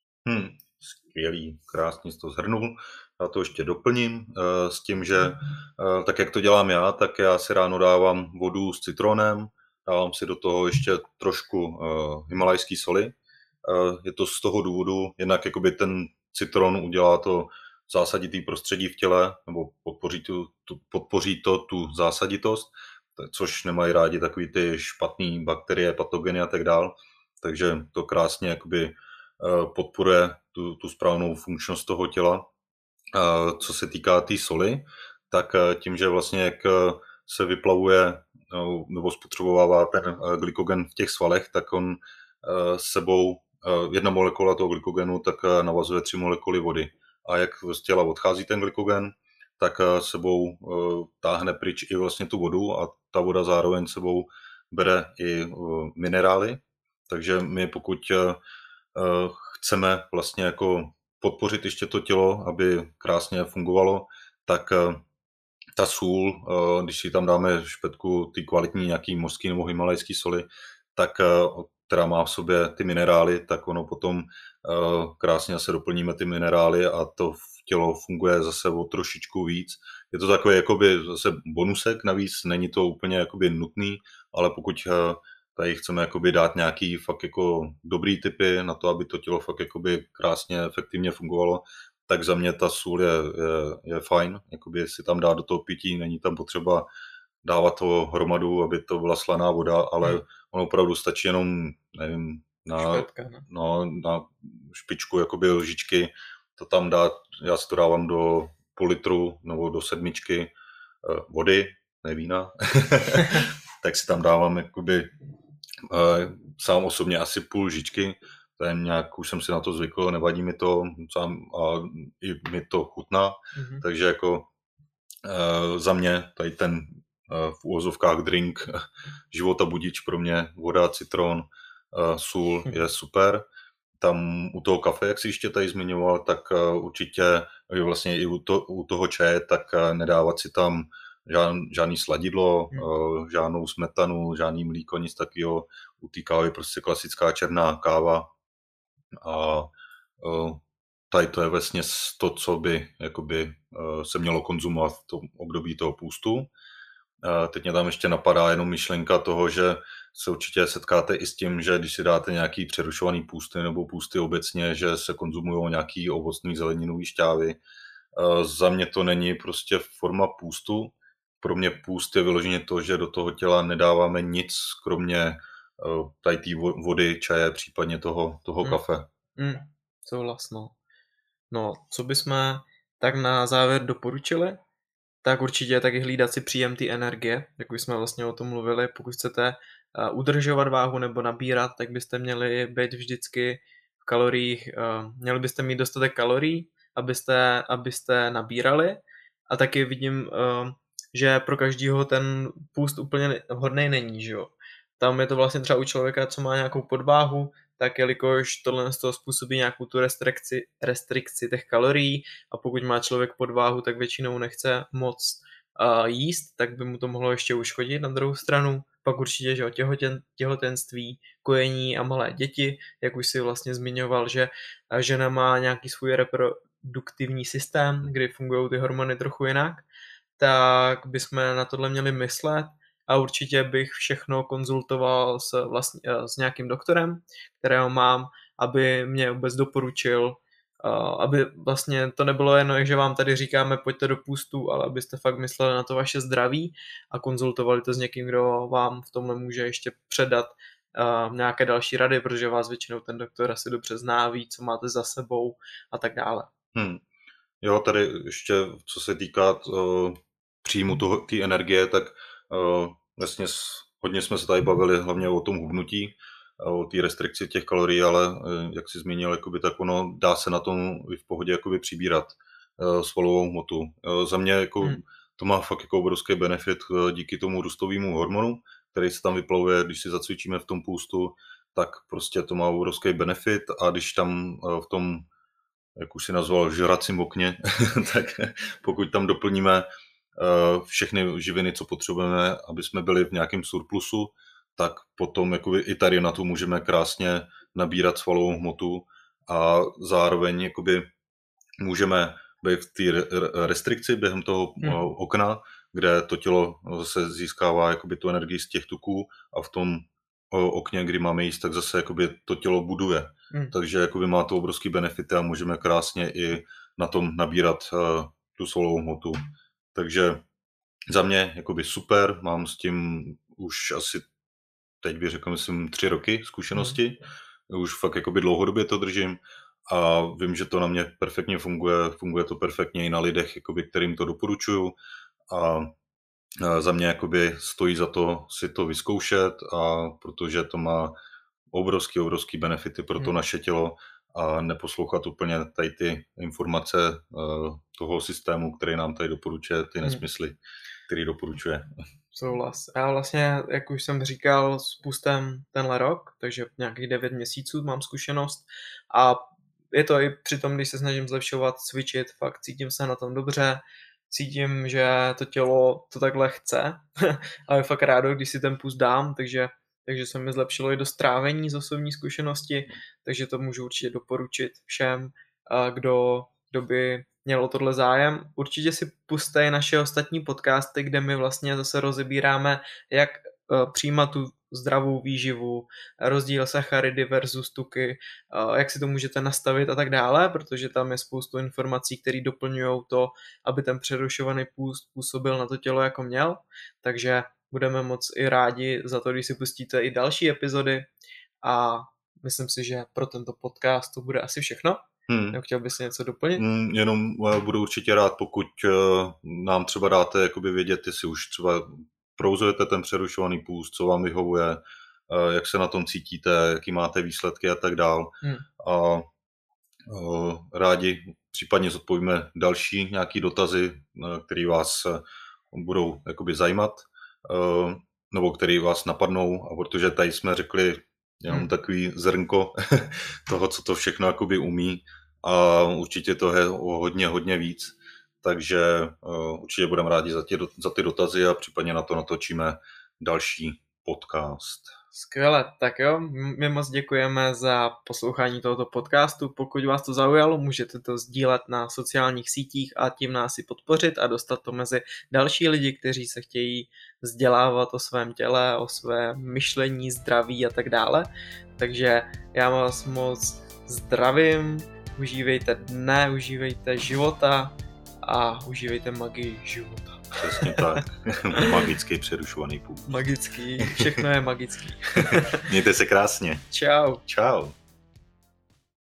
Skvělý, krásně jsi to shrnul. Já to ještě doplním s tím, že tak jak to dělám já, tak já si ráno dávám vodu s citronem, dávám si do toho ještě trošku himalajský soli. Je to z toho důvodu, jednak jakoby ten citron udělá to zásaditý prostředí v těle, nebo podpoří to tu zásaditost, což nemají rádi takový ty špatný bakterie, patogeny a tak dál. Takže to krásně jakoby podporuje tu správnou funkčnost toho těla. Co se týká té soli, tak tím, že vlastně jak se vyplavuje nebo spotřebovává ten glykogen v těch svalech, tak on sebou jedna molekula toho glykogenu tak navazuje 3 molekuly vody. A jak z těla odchází ten glykogen, tak sebou táhne pryč i vlastně tu vodu a ta voda zároveň sebou bere i minerály. Takže my pokud chceme vlastně jako podpořit ještě to tělo, aby krásně fungovalo, tak ta sůl, když si tam dáme špetku ty kvalitní nějaký mořský nebo himalajský soli, tak která má v sobě ty minerály, tak ono potom krásně se doplníme ty minerály a to tělo funguje zase o trošičku víc. Je to takový jakoby zase bonusek, navíc není to úplně jakoby nutný, ale pokud tady chceme jakoby dát nějaký fakt jako dobrý tipy na to, aby to tělo fakt jakoby krásně, efektivně fungovalo, tak za mě ta sůl je fajn, jakoby si tam dát do toho pití, není tam potřeba dávat to hromadu, aby to byla slaná voda, ale ono opravdu stačí jenom, nevím, na špičku jakoby lžičky to tam dát, já si to dávám do půl litru nebo do 7 vody, ne vína, tak si tam dávám jakoby sám osobně asi půl lžičky, to je nějak, už jsem si na to zvykl, nevadí mi to sám a i mi to chutná, takže jako za mě tady ten v úvozovkách drink života budič pro mě, voda, citron, sůl je super. Tam u toho kafe, jak jsi ještě tady zmiňoval, tak určitě vlastně i u toho čaje, tak nedávat si tam žádný sladidlo, žádnou smetanu, žádný mlíko, nic takového. U té kávy prostě klasická černá káva a tady to je vlastně to, co by jakoby, se mělo konzumovat v tom období toho půstu. Teď mě tam ještě napadá jenom myšlenka toho, že se určitě setkáte i s tím, že když si dáte nějaký přerušovaný půsty nebo půsty obecně, že se konzumují nějaký ovocný zeleninový šťávy. Za mě to není prostě forma půstu. Pro mě půst je vyloženě to, že do toho těla nedáváme nic, kromě tady té vody, čaje, případně toho kafe. Souhlas, no. No, co bychom tak na závěr doporučili, tak určitě taky hlídat si příjem té energie, jak už jsme vlastně o tom mluvili. Pokud chcete udržovat váhu nebo nabírat, tak byste měli být vždycky v kaloriích, měli byste mít dostatek kalorií, abyste nabírali. A taky vidím, že pro každého ten půst úplně vhodný není, že jo. Tam je to vlastně třeba u člověka, co má nějakou podváhu, tak jelikož tohle z toho způsobí nějakou tu restrikci těch kalorií a pokud má člověk podváhu, tak většinou nechce moc jíst, tak by mu to mohlo ještě uškodit na druhou stranu. Pak určitě, že těhotenství, kojení a malé děti, jak už si vlastně zmiňoval, že žena má nějaký svůj reproduktivní systém, kdy fungují ty hormony trochu jinak, tak bychom na tohle měli myslet a určitě bych všechno konzultoval s nějakým doktorem, kterého mám, aby mě vůbec doporučil, aby vlastně to nebylo jen, že vám tady říkáme pojďte do půstu, ale abyste fakt mysleli na to vaše zdraví a konzultovali to s někým, kdo vám v tomhle může ještě předat nějaké další rady, protože vás většinou ten doktor asi dobře zná, ví, co máte za sebou a tak dále. Jo, tady ještě co se týká příjmu té energie, tak vlastně hodně jsme se tady bavili hlavně o tom hubnutí, o té restrikci těch kalorií, ale jak jsi zmínil, jakoby, tak ono dá se na tom i v pohodě jakoby přibírat svalovou hmotu. Za mě jako, to má fakt jako obrovský benefit díky tomu růstovému hormonu, který se tam vyplavuje, když si zacvičíme v tom půstu, tak prostě to má obrovský benefit a když tam v tom, jak už si nazval, žracím okně, tak pokud tam doplníme všechny živiny, co potřebujeme, aby jsme byli v nějakém surplusu, tak potom jakoby i tady na to můžeme krásně nabírat svalovou hmotu a zároveň jakoby můžeme být v té restrikci během toho okna, kde to tělo zase získává jakoby tu energii z těch tuků a v tom okně, kdy máme jíst, tak zase jakoby to tělo buduje. Takže jakoby má to obrovský benefity a můžeme krásně i na tom nabírat tu svalovou hmotu. Takže za mě jakoby super, mám s tím už asi, teď bych řekl, myslím 3 roky zkušenosti. Už fakt jakoby dlouhodobě to držím a vím, že to na mě perfektně funguje to perfektně i na lidech, jakoby, kterým to doporučuju a za mě jakoby stojí za to si to vyzkoušet a protože to má obrovský benefity pro to naše tělo a neposlouchat úplně tady ty informace toho systému, který nám tady doporučuje, ty nesmysly, který doporučuje. Souhlas. Já vlastně, jak už jsem říkal, s půstem tenhle rok, takže nějakých 9 měsíců mám zkušenost a je to i při tom, když se snažím zlepšovat, cvičit, fakt cítím se na tom dobře, cítím, že to tělo to takhle chce a je fakt rádo, když si ten půst dám, takže se mi zlepšilo i do strávení z osobní zkušenosti, takže to můžu určitě doporučit všem, kdo by měl o tohle zájem. Určitě si pustej naše ostatní podcasty, kde my vlastně zase rozebíráme, jak přijímat tu zdravou výživu, rozdíl sacharidy versus tuky, jak si to můžete nastavit a tak dále, protože tam je spoustu informací, které doplňují to, aby ten přerušovaný půst působil na to tělo jako měl, takže budeme moc i rádi za to, když si pustíte i další epizody a myslím si, že pro tento podcast to bude asi všechno. Chtěl bys si něco doplnit? Jenom budu určitě rád, pokud nám třeba dáte jakoby vědět, jestli už třeba prouzujete ten přerušovaný půst, co vám vyhovuje, jak se na tom cítíte, jaký máte výsledky a tak dál. A rádi případně zodpovíme další nějaký dotazy, které vás budou jakoby zajímat, nebo které vás napadnou, a protože tady jsme řekli jenom takový zrnko toho, co to všechno jakoby umí a určitě to je o hodně víc, takže určitě budeme rádi za ty dotazy a případně na to natočíme další podcast. Skvěle, tak jo, my moc děkujeme za poslouchání tohoto podcastu. Pokud vás to zaujalo, můžete to sdílet na sociálních sítích a tím nás i podpořit a dostat to mezi další lidi, kteří se chtějí vzdělávat o svém těle, o své myšlení, zdraví a tak dále. Takže já vás moc zdravím, užívejte dne, užívejte života a užívejte magii života. Přesně tak. Magický přerušovaný půst. Magický, všechno je magický. Mějte se krásně. Čau. Čau.